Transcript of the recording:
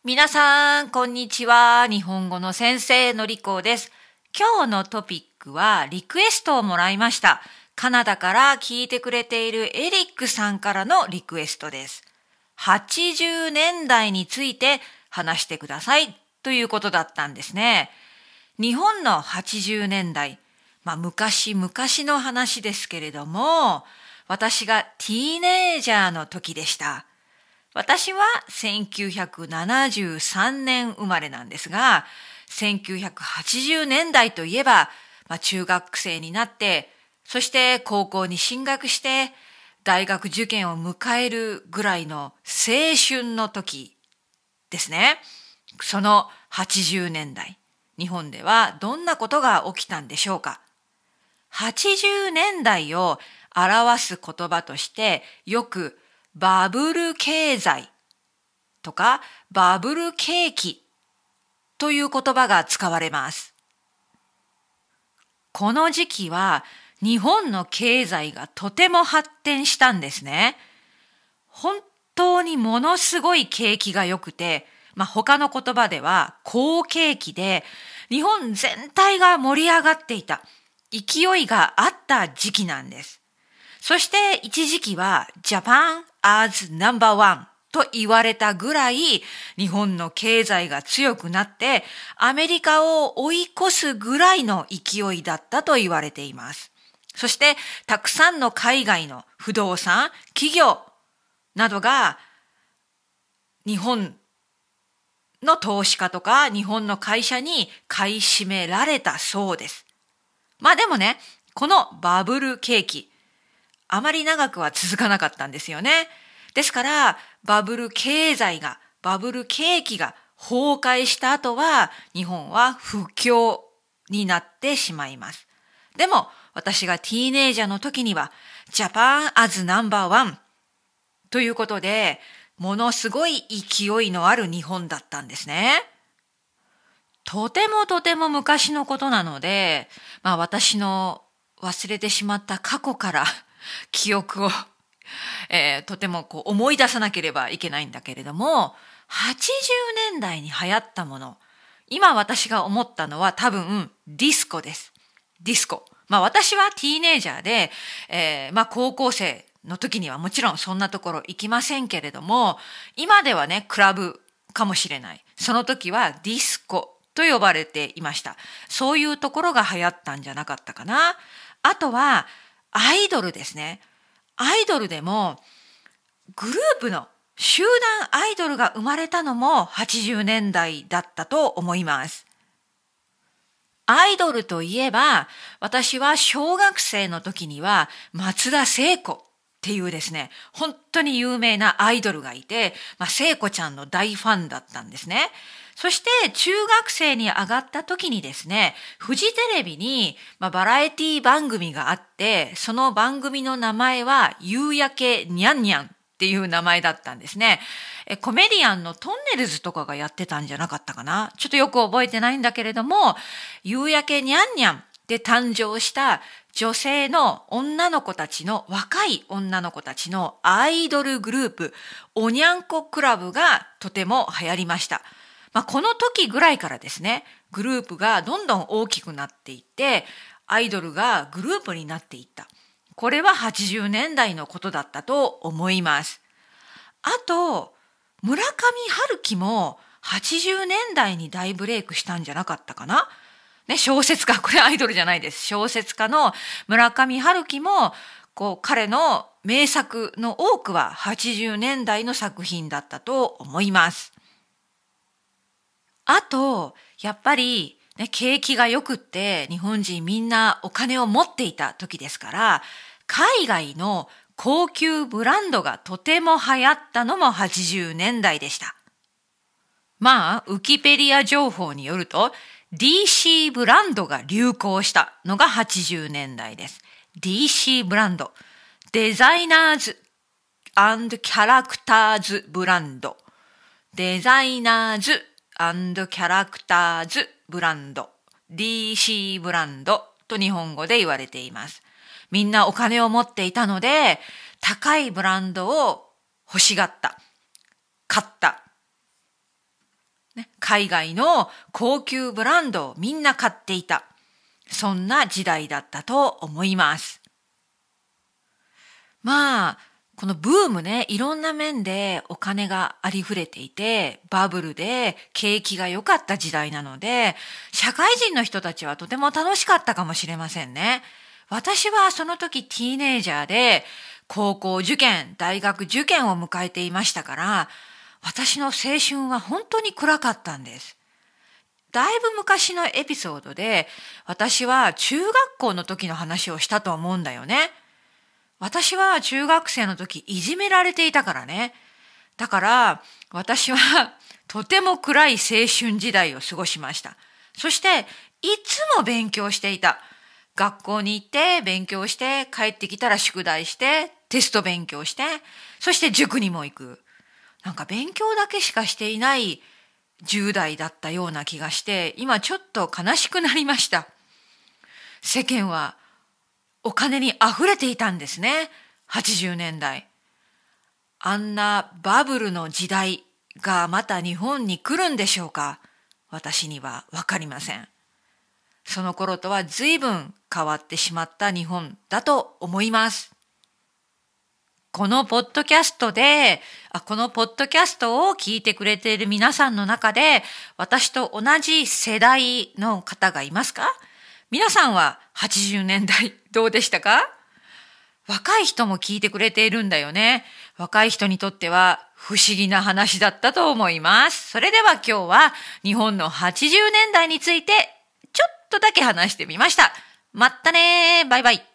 皆さん、こんにちは。日本語の先生のりこです。今日のトピックはリクエストをもらいました。カナダから聞いてくれているエリックさんからのリクエストです。80年代について話してくださいということだったんですね。日本の80年代、昔々の話ですけれども、私がティーネージャーの時でした。私は1973年生まれなんですが、1980年代といえば、中学生になって、そして高校に進学して、大学受験を迎えるぐらいの青春の時ですね。その80年代、日本ではどんなことが起きたんでしょうか。80年代を表す言葉として、よくバブル経済とかバブル景気という言葉が使われます。この時期は日本の経済がとても発展したんですね。本当にものすごい景気が良くて、他の言葉では好景気で、日本全体が盛り上がっていた、勢いがあった時期なんです。そして一時期は Japan as No.1 と言われたぐらい日本の経済が強くなってアメリカを追い越すぐらいの勢いだったと言われています。そしてたくさんの海外の不動産、企業などが日本の投資家とか日本の会社に買い占められたそうです。でもね、このバブル景気、あまり長くは続かなかったんですよね。ですから、バブル景気が崩壊した後は、日本は不況になってしまいます。でも、私がティーネイジャーの時には、Japan as No.1 ということで、ものすごい勢いのある日本だったんですね。とても昔のことなので、私の忘れてしまった過去から記憶を、とても思い出さなければいけないんだけれども、80年代に流行ったもの、今私が思ったのは多分ディスコです。ディスコ。私はティーネイジャーで、高校生の時にはもちろんそんなところ行きませんけれども、今ではね、クラブかもしれない。その時はディスコと呼ばれていました。そういうところが流行ったんじゃなかったかな。あとは、アイドルですね。アイドルでも、グループの集団アイドルが生まれたのも80年代だったと思います。アイドルといえば、私は小学生の時には松田聖子っていうですね、本当に有名なアイドルがいて、聖子ちゃんの大ファンだったんですね。そして中学生に上がった時にですね、フジテレビに、バラエティ番組があって、その番組の名前は夕焼けにゃんにゃんっていう名前だったんですね。コメディアンのトンネルズとかがやってたんじゃなかったかな。ちょっとよく覚えてないんだけれども、夕焼けにゃんにゃんで誕生した女性の女の子たちの、若い女の子たちのアイドルグループ、おにゃんこクラブがとても流行りました。この時ぐらいからですね、グループがどんどん大きくなっていって、アイドルがグループになっていった。これは80年代のことだったと思います。あと、村上春樹も80年代に大ブレイクしたんじゃなかったかな。ね、小説家、これアイドルじゃないです。小説家の村上春樹も、彼の名作の多くは80年代の作品だったと思います。あと、やっぱり、景気が良くって日本人みんなお金を持っていた時ですから、海外の高級ブランドがとても流行ったのも80年代でした。ウキペディア情報によると、DC ブランドが流行したのが80年代です。DC ブランド。デザイナーズ&キャラクターズブランド。デザイナーズ&キャラクターズブランド。DC ブランドと日本語で言われています。みんなお金を持っていたので、高いブランドを欲しがった。買った。 海外の高級ブランドをみんな買っていた。そんな時代だったと思います。まあ、このブームね、いろんな面でお金がありふれていて、バブルで景気が良かった時代なので、社会人の人たちはとても楽しかったかもしれませんね。私はその時ティーネイジャーで、高校受験、大学受験を迎えていましたから、私の青春は本当に暗かったんです。だいぶ昔のエピソードで、私は中学校の時の話をしたと思うんだよね。私は中学生の時いじめられていたからね。だから私はとても暗い青春時代を過ごしました。そしていつも勉強していた。学校に行って勉強して帰ってきたら宿題してテスト勉強してそして塾にも行く。なんか勉強だけしかしていない10代だったような気がして今ちょっと悲しくなりました。世間はお金に溢れていたんですね。80年代。あんなバブルの時代がまた日本に来るんでしょうか。私にはわかりません。その頃とは随分変わってしまった日本だと思います。このポッドキャストを聞いてくれている皆さんの中で、私と同じ世代の方がいますか？皆さんは80年代どうでしたか？若い人も聞いてくれているんだよね。若い人にとっては不思議な話だったと思います。それでは今日は日本の80年代についてちょっとだけ話してみました。まったねー。バイバイ。